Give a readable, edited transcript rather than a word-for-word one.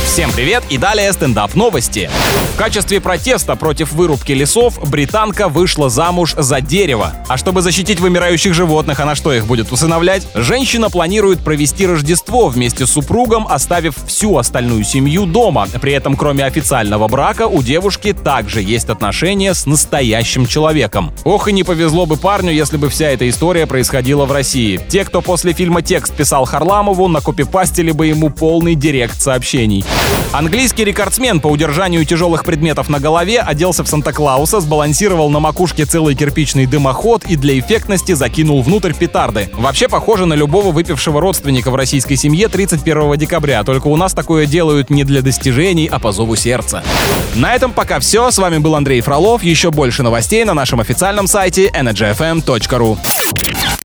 Всем привет и далее стендап-новости. В качестве протеста против вырубки лесов британка вышла замуж за дерево. А чтобы защитить вымирающих животных, она что, их будет усыновлять? Женщина планирует провести Рождество вместе с супругом, оставив всю остальную семью дома. При этом, кроме официального брака, у девушки также есть отношения с настоящим человеком. Ох, и не повезло бы парню, если бы вся эта история происходила в России. Те, кто после фильма текст писал Харламову, накопипастили бы ему полный директ сообщений. Английский рекордсмен по удержанию тяжелых предметов на голове оделся в Санта-Клауса, сбалансировал на макушке целый кирпичный дымоход и для эффектности закинул внутрь петарды. Вообще похоже на любого выпившего родственника в российской семье 31 декабря, только у нас такое делают не для достижений, а по зову сердца. На этом пока все. С вами был Андрей Фролов. Еще больше новостей на нашем официальном сайте energyfm.ru.